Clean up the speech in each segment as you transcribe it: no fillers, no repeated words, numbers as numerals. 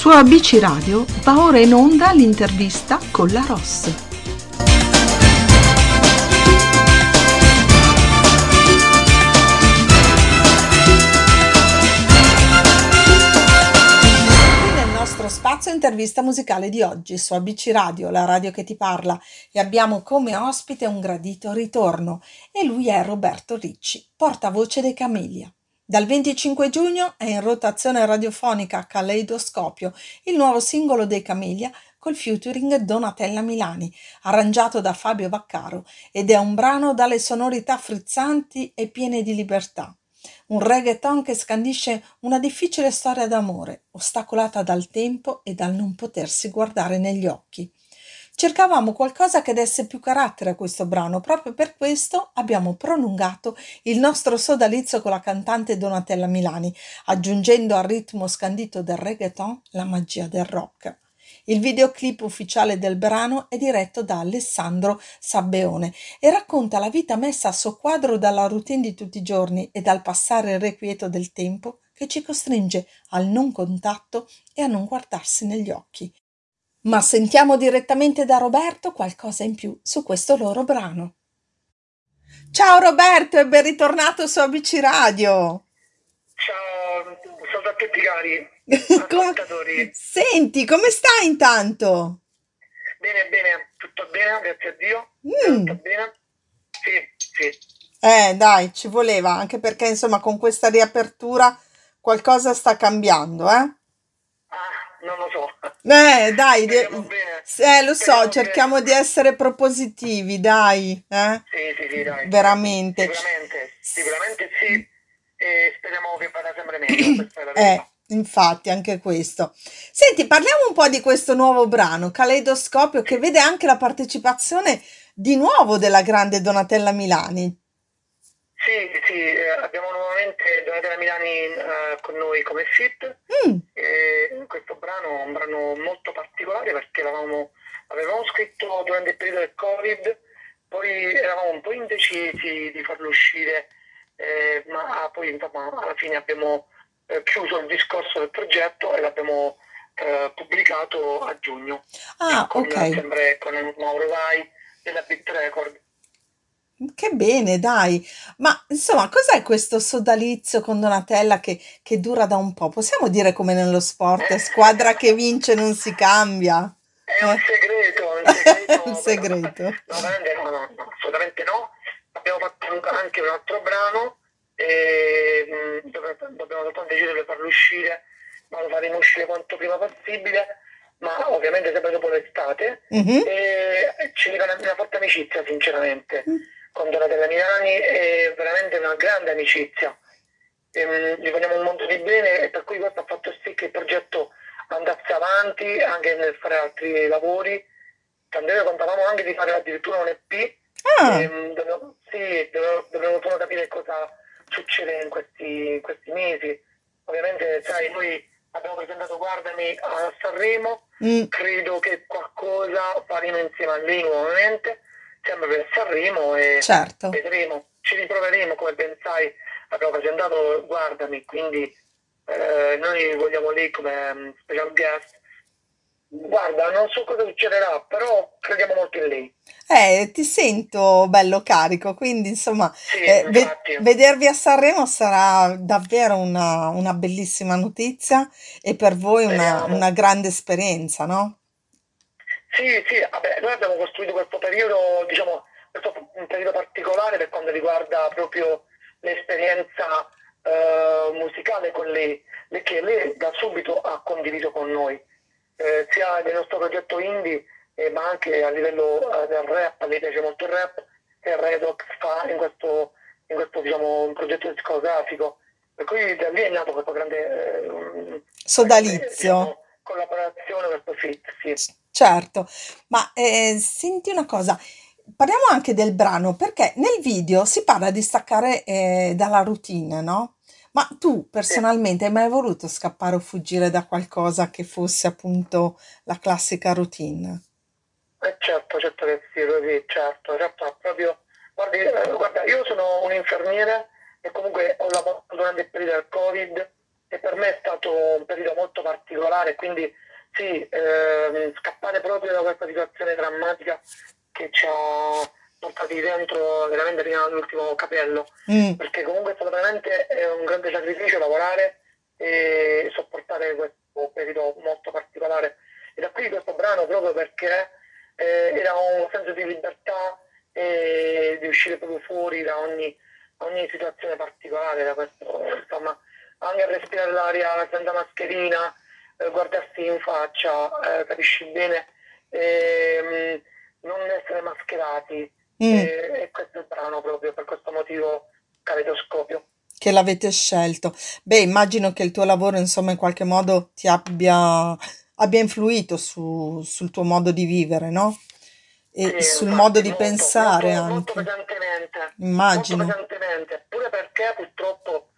Su ABC Radio va ora in onda l'intervista con la Ross. Nel nostro spazio intervista musicale di oggi su ABC Radio, la radio che ti parla, e abbiamo come ospite un gradito ritorno e lui è Roberto Ricci, portavoce dei Camelia. Dal 25 giugno è in rotazione radiofonica Caleidoscopio, il nuovo singolo dei Camelia col featuring Donatella Milani, arrangiato da Fabio Vaccaro, ed è un brano dalle sonorità frizzanti e piene di libertà. Un reggaeton che scandisce una difficile storia d'amore, ostacolata dal tempo e dal non potersi guardare negli occhi. Cercavamo qualcosa che desse più carattere a questo brano, proprio per questo abbiamo prolungato il nostro sodalizio con la cantante Donatella Milani, aggiungendo al ritmo scandito del reggaeton la magia del rock. Il videoclip ufficiale del brano è diretto da Alessandro Sabbeone e racconta la vita messa a soqquadro dalla routine di tutti i giorni e dal passare irrequieto del tempo che ci costringe al non contatto e a non guardarsi negli occhi. Ma sentiamo direttamente da Roberto qualcosa in più su questo loro brano. Ciao Roberto e ben ritornato su ABC Radio. Ciao, salve a tutti cari Come... ascoltatori. Senti, come stai intanto? Bene, bene, tutto bene, grazie a Dio. Tutto bene? Sì. Dai, ci voleva, anche perché insomma con questa riapertura qualcosa sta cambiando, Non lo so. Dai, Speriamo bene. lo so, Speriamo cerchiamo di essere propositivi, dai, Sì, dai. veramente. Sicuramente sì. E speriamo che vada sempre meglio, questa è la verità. Infatti, anche questo. Senti, parliamo un po' di questo nuovo brano, Caleidoscopio, che vede anche la partecipazione di nuovo della grande Donatella Milani. Sì, abbiamo nuovamente Donatella Milani con noi come feat. E questo brano è un brano molto particolare perché l'avevamo scritto durante il periodo del Covid, poi eravamo un po' indecisi di farlo uscire, ma poi insomma alla fine abbiamo chiuso il discorso del progetto e l'abbiamo pubblicato a giugno, sempre con Mauro Vai della Beat Record. Che bene, dai. Ma insomma, cos'è questo sodalizio con Donatella che dura da un po'? Possiamo dire come nello sport, squadra che vince non si cambia? È un segreto. Un segreto. No, veramente no, assolutamente no. Abbiamo fatto anche un altro brano e dobbiamo soltanto decidere di farlo uscire, ma lo faremo uscire quanto prima possibile, ma ovviamente sempre dopo l'estate. E ci lega una forte amicizia, sinceramente, con Donatella Milani, è veramente una grande amicizia. Gli vogliamo un mondo di bene e per cui questo ha fatto sì che il progetto andasse avanti anche nel fare altri lavori. Tanto noi contavamo anche di fare addirittura un EP. Dobbiamo solo capire cosa succede in questi mesi. Ovviamente, sai, noi abbiamo presentato Guardami a Sanremo, credo che qualcosa faremo insieme a lei nuovamente, sempre per Sanremo, e Certo. vedremo, ci riproveremo, come ben sai, abbiamo presentato Guardami, quindi noi vogliamo lei come special guest. Guarda, non so cosa succederà, però crediamo molto in lei. Ti sento bello carico, quindi insomma, Sì, infatti. vedervi a Sanremo sarà davvero una bellissima notizia e per voi una grande esperienza, no? Sì, vabbè, noi abbiamo costruito questo periodo, diciamo, un periodo particolare per quanto riguarda proprio l'esperienza musicale con lei, che lei da subito ha condiviso con noi, sia nel nostro progetto indie, ma anche a livello del rap. A lei piace molto il rap, e il Redox fa in questo diciamo, progetto discografico, per cui da lì è nato questo grande Sodalizio. diciamo, collaborazione, questo feat, sì. Certo, ma senti una cosa, parliamo anche del brano perché nel video si parla di staccare dalla routine, no? Ma tu personalmente hai mai voluto scappare o fuggire da qualcosa che fosse appunto la classica routine? Certo che sì, così, certo, proprio. Guarda, io sono un infermiere e comunque ho lavorato durante il periodo del Covid e per me è stato un periodo molto particolare, quindi sì, scappare proprio da questa situazione drammatica che ci ha portati dentro veramente fino all'ultimo capello, Mm, perché comunque è stato veramente un grande sacrificio lavorare e sopportare questo periodo molto particolare. E da qui questo brano proprio perché era un senso di libertà e di uscire proprio fuori da ogni situazione particolare, da questo, insomma, anche a respirare l'aria senza mascherina, guardarsi in faccia, capisci bene, non essere mascherati. mm, E questo è il brano proprio per questo motivo, Caleidoscopio. che l'avete scelto. Beh, immagino che il tuo lavoro, insomma, in qualche modo abbia influito sul tuo modo di vivere, no? Sì, E sul modo infatti, di molto, pensare molto, anche, molto immagino. pesantemente, pure perché purtroppo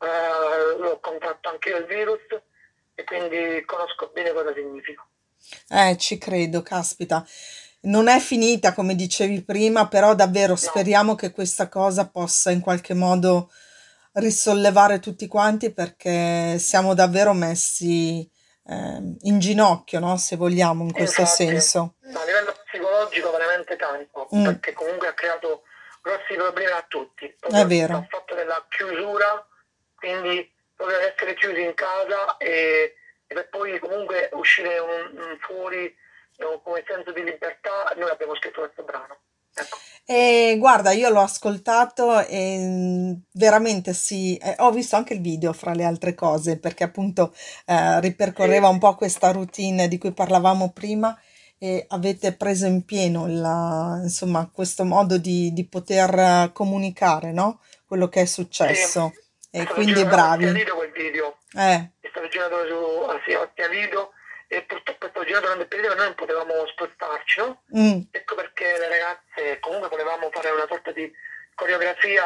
l'ho contratto anche io il virus e quindi conosco bene cosa significa. Ci credo, caspita. Non è finita, come dicevi prima, però davvero No, speriamo che questa cosa possa in qualche modo risollevare tutti quanti perché siamo davvero messi in ginocchio, no? Se vogliamo, in questo infatti, senso. a livello psicologico veramente tanto, Mm, perché comunque ha creato grossi problemi a tutti, è proprio dal vero. fatto della chiusura, quindi proprio essere chiusi in casa e per poi comunque uscire fuori come senso di libertà, noi abbiamo scritto questo brano. Ecco. E guarda, io l'ho ascoltato e veramente sì, ho visto anche il video fra le altre cose perché appunto Sì, ripercorreva un po' questa routine di cui parlavamo prima e avete preso in pieno insomma, questo modo di poter comunicare, no? Quello che è sì, successo è e stato quindi girato a bravi. Occhialido quel video, Eh, è stato girato sì, a Occhialido e purtroppo è stato girato durante il periodo che noi non potevamo spostarci, no? mm, Ecco perché le ragazze comunque volevamo fare una sorta di coreografia,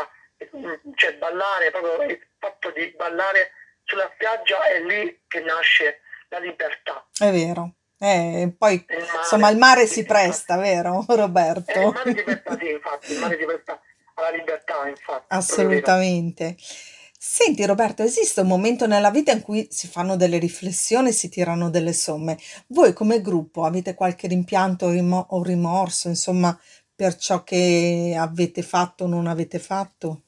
cioè ballare, proprio il fatto di ballare sulla spiaggia è lì che nasce la libertà. è vero. Poi Il insomma il mare, mare sì, si sì, infatti. presta, vero, Il Roberto? mare si presta, sì, infatti, il mare si presta alla libertà, infatti, proprio vero. Assolutamente. Senti Roberto, esiste un momento nella vita in cui si fanno delle riflessioni, si tirano delle somme. Voi come gruppo avete qualche rimpianto o rimorso, insomma, per ciò che avete fatto o non avete fatto?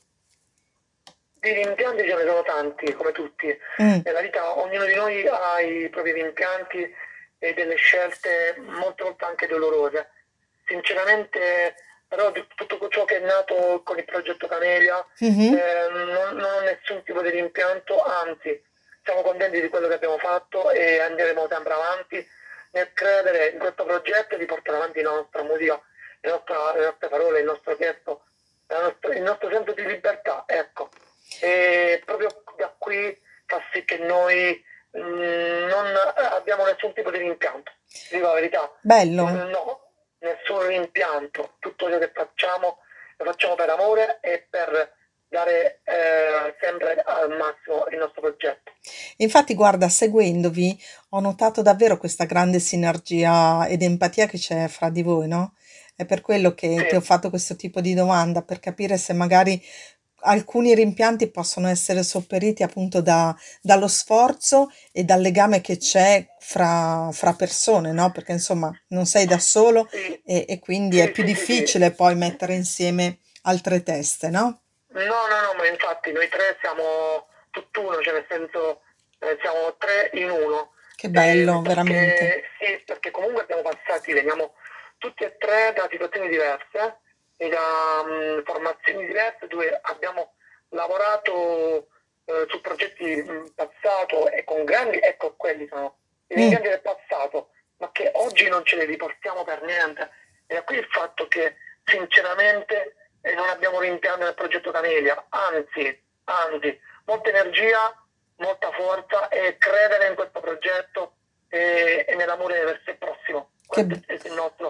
Di rimpianti ce ne sono tanti, come tutti. Mm, Nella vita ognuno di noi ha i propri rimpianti e delle scelte molte volte anche dolorose. Sinceramente, però, di tutto ciò che è nato con il progetto Camelia, mhm. non ho nessun tipo di rimpianto, anzi, siamo contenti di quello che abbiamo fatto e andremo sempre avanti nel credere in questo progetto e di portare avanti la nostra musica, le nostre parole, il nostro testo, il nostro senso di libertà, ecco. E proprio da qui fa sì che noi non abbiamo nessun tipo di rimpianto. Ti dico la verità, Bello. no, nessun rimpianto. Tutto ciò che facciamo lo facciamo per amore e per dare sempre al massimo il nostro progetto. Infatti, guarda, seguendovi ho notato davvero questa grande sinergia ed empatia che c'è fra di voi, no? È per quello che Sì, ti ho fatto questo tipo di domanda, per capire se magari alcuni rimpianti possono essere sopperiti appunto dallo sforzo e dal legame che c'è fra persone, no? Perché insomma non sei da solo sì, e quindi è sì, più sì, sì, sì. difficile poi mettere insieme altre teste, no? No, no, no, ma infatti noi tre siamo tutt'uno, cioè nel senso siamo tre in uno, Che bello, veramente. perché, sì, perché comunque abbiamo passati, veniamo tutti e tre da situazioni diverse e da formazioni diverse dove abbiamo lavorato su progetti in passato e con grandi, ecco quelli sono i Mm, rimpianti del passato, ma che oggi non ce li riportiamo per niente. E da qui il fatto che sinceramente e non abbiamo rimpianto nel progetto Camelia, anzi, molta energia, molta forza e credere in questo progetto e nell'amore verso il prossimo. che Questo è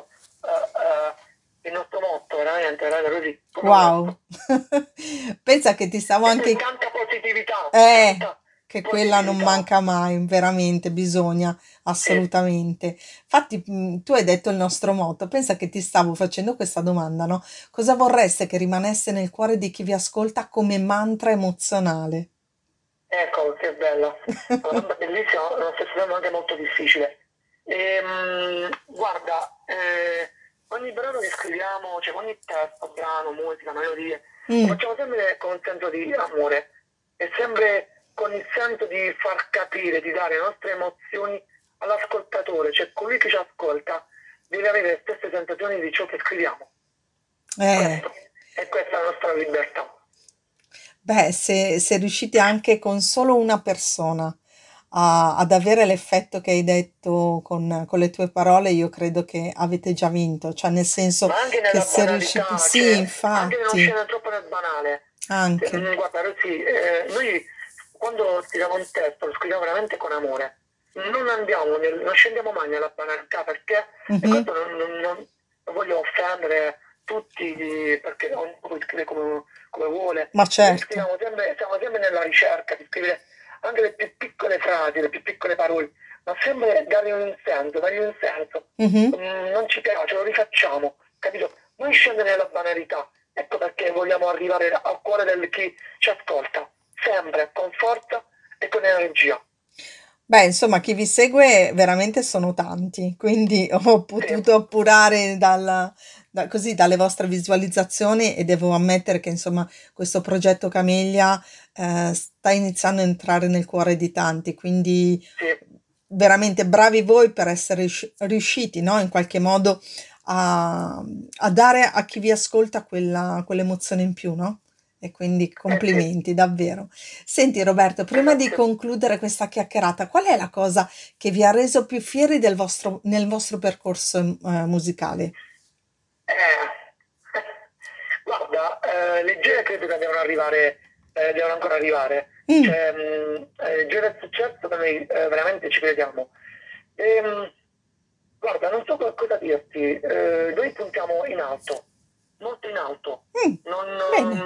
il nostro motto, veramente, veramente così, proprio wow! questo. Pensa che ti stavo E poi anche... tanta positività, Eh, tanta che quella non positività. manca mai, veramente, bisogna, Sì. assolutamente. Infatti, tu hai detto il nostro motto, pensa che ti stavo facendo questa domanda, no? Cosa vorreste che rimanesse nel cuore di chi vi ascolta come mantra emozionale? Ecco, che bella. Una banda bellissima, allo stesso tempo anche molto difficile. Guarda, ogni brano che scriviamo, cioè ogni testo, brano, musica, melodie, lo Mm, facciamo sempre con un senso di amore e sempre con il senso di far capire, di dare le nostre emozioni all'ascoltatore, cioè colui che ci ascolta deve avere le stesse sensazioni di ciò che scriviamo. eh. Questo, e questa è la nostra libertà. Beh, se riuscite anche con solo una persona ad avere l'effetto che hai detto con le tue parole, io credo che avete già vinto, cioè nel senso Ma anche che nella se riuscite, banalità, sì, cioè anche nello infatti, scena troppo nel banale. anche. Guarda, Rosy, noi quando scriviamo un testo lo scriviamo veramente con amore. Non scendiamo mai nella banalità perché, e Mhm. questo non voglio offendere tutti perché ognuno può scrivere come vuole. Ma Noi certo. siamo sempre nella ricerca di scrivere anche le più piccole frasi, le più piccole parole, ma sempre dargli un senso. Mhm. Non ci piace, lo rifacciamo, capito? Non scendere nella banalità. Ecco perché vogliamo arrivare al cuore del chi ci ascolta, sempre con forza e con energia. Beh, insomma, chi vi segue veramente sono tanti, quindi ho Sì, potuto appurare così, dalle vostre visualizzazioni e devo ammettere che, insomma, questo progetto Camellia sta iniziando a entrare nel cuore di tanti, quindi sì, veramente bravi voi per essere riusciti, no, in qualche modo a, a dare a chi vi ascolta quell'emozione in più, no? E quindi sì, complimenti, davvero. Senti Roberto, prima di grazie. concludere questa chiacchierata, qual è la cosa che vi ha reso più fieri nel vostro percorso musicale? Eh, guarda, le gire credo che devono ancora arrivare. Mm, Cioè, giro del successo noi veramente ci crediamo. Ehm, Guarda, non so cosa dirti, noi puntiamo in alto, molto in alto, mm, non, bene.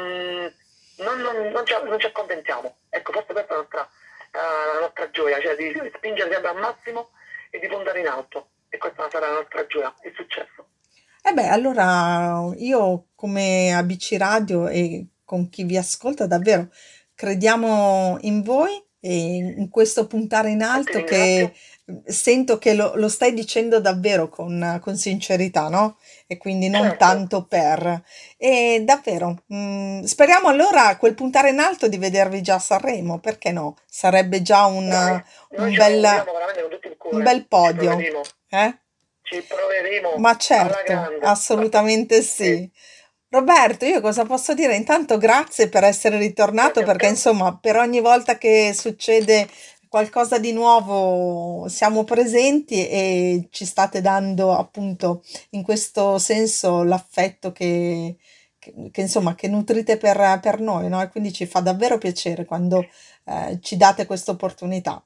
non ci accontentiamo. Ecco, forse questa è la nostra gioia, cioè di spingere sempre al massimo e di puntare in alto. E questa sarà la nostra gioia, il successo. E beh, allora io come ABC Radio e con chi vi ascolta davvero crediamo in voi e in questo puntare in E ti alto che ringrazio. sento che lo stai dicendo davvero con sincerità, no? E quindi non Certo, tanto per. E davvero, speriamo allora quel puntare in alto di vedervi già a Sanremo, perché no? Sarebbe già dai, noi un ce bel, l'auguriamo veramente con tutto il un cuore. bel podio, eh? Ci proveremo Ma alla certo, grande. assolutamente Sì, sì. Roberto, io cosa posso dire? Intanto grazie per essere ritornato grazie a perché te. insomma per ogni volta che succede qualcosa di nuovo siamo presenti e ci state dando appunto in questo senso l'affetto insomma che nutrite per noi, no? E quindi ci fa davvero piacere quando ci date questa opportunità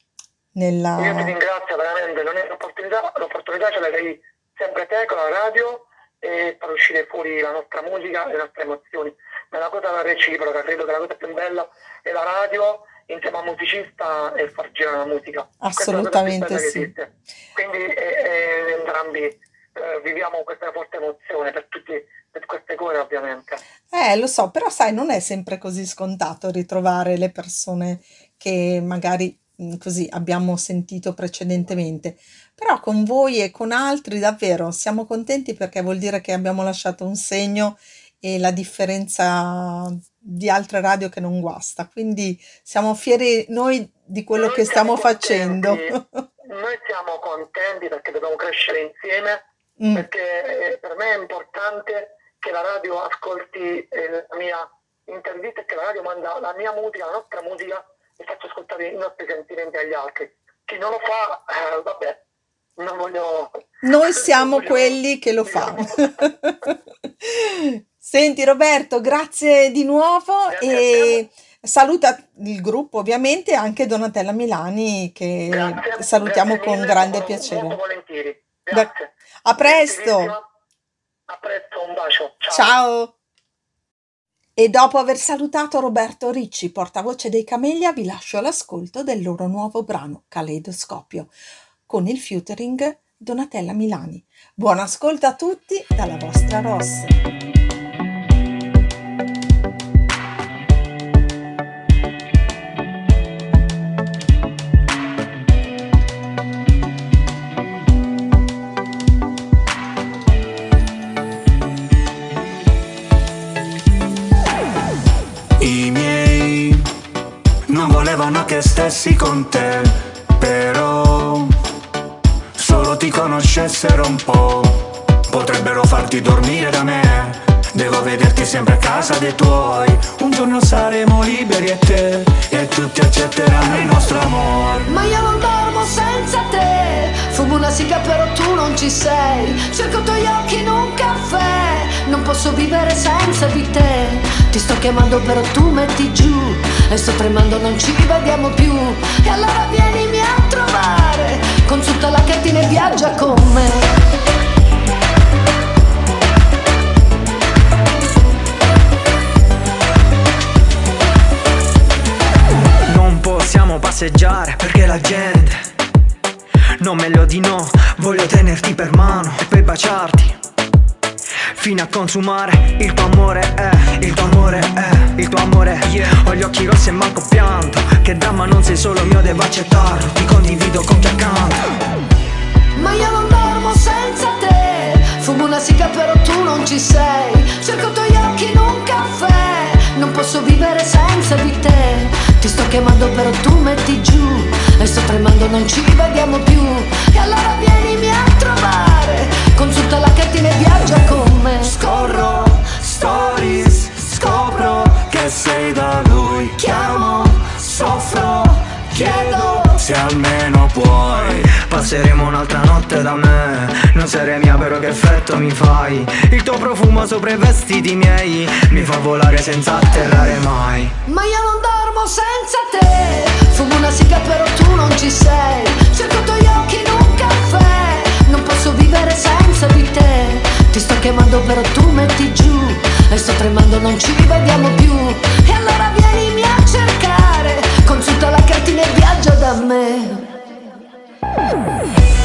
Io ti nella. ringrazio veramente, non è l'opportunità ce l'hai sempre te con la radio e far uscire fuori la nostra musica e le nostre emozioni. Ma è una cosa reciproca, credo che la cosa più bella è la radio insieme al musicista e far girare la musica. Questa è la cosa più Assolutamente bella che sì. esiste. Quindi entrambi viviamo questa forte emozione per queste cose ovviamente. Lo so, però sai, non è sempre così scontato ritrovare le persone che magari così abbiamo sentito precedentemente. Però con voi e con altri davvero siamo contenti perché vuol dire che abbiamo lasciato un segno e la differenza di altre radio che non guasta. Quindi siamo fieri noi di quello Noi che siamo stiamo contenti, facendo. noi siamo contenti perché dobbiamo crescere insieme, Mm. perché per me è importante che la radio ascolti la mia intervista e che la radio manda la mia musica, la nostra musica e faccia ascoltare i nostri sentimenti agli altri. Chi non lo fa, vabbè, non voglio, Noi non siamo voglio, quelli che lo fanno. diciamo, Senti Roberto, grazie di nuovo grazie a te, e saluta il gruppo ovviamente e anche Donatella Milani che grazie salutiamo con mille, grande molto piacere. volentieri. Da- Grazie, A presto, gentilissima, a presto, un bacio, ciao. ciao! E dopo aver salutato Roberto Ricci, portavoce dei Camellia, vi lascio all'ascolto del loro nuovo brano, Caleidoscopio, con il featuring Donatella Milani. Buon ascolto a tutti dalla vostra Ross. volevano che stessi con te, però solo ti conoscessero un po', potrebbero farti dormire da me. Devo vederti sempre a casa dei tuoi. Un giorno saremo liberi e tutti accetteranno il nostro amore. Ma io non dormo senza te. Fumo una siga però tu non ci sei. Cerco i tuoi occhi in un caffè. Non posso vivere senza di te. Ti sto chiamando però tu metti giù. E sto tremando, non ci vediamo più. E allora vienimi a trovare. Consulta la cartina e viaggia con me. Possiamo passeggiare perché la gente non meglio di no. Voglio tenerti per mano e poi baciarti fino a consumare il tuo amore, il tuo amore, il tuo amore, yeah. Ho gli occhi rossi e manco pianto. Che dramma, non sei solo mio, devo accettarlo. Ti condivido con chi accanto. Ma io non dormo senza te. Fumo una siga però tu non ci sei. Cerco i tuoi occhi in un caffè. Non posso vivere senza di te. Ti sto chiamando però tu metti giù. E sto tremando, non ci vediamo più. E allora vienimi a trovare. Consulta la cartina e viaggia con me. Scorro stories, scopro che sei da lui. Chiamo, soffro, chiedo se almeno puoi. Passeremo un'altra notte da me. Non sarei mia però che effetto mi fai. Il tuo profumo sopra i vestiti miei mi fa volare senza atterrare mai. Ma io non dormo senza te. Fumo una siga però tu non ci sei. Cerco i tuoi occhi in un caffè. Non posso vivere senza di te. Ti sto chiamando però tu metti giù. E sto tremando, non ci vediamo più. E allora vienimi a cercare. Consulta la cartina e viaggia da me.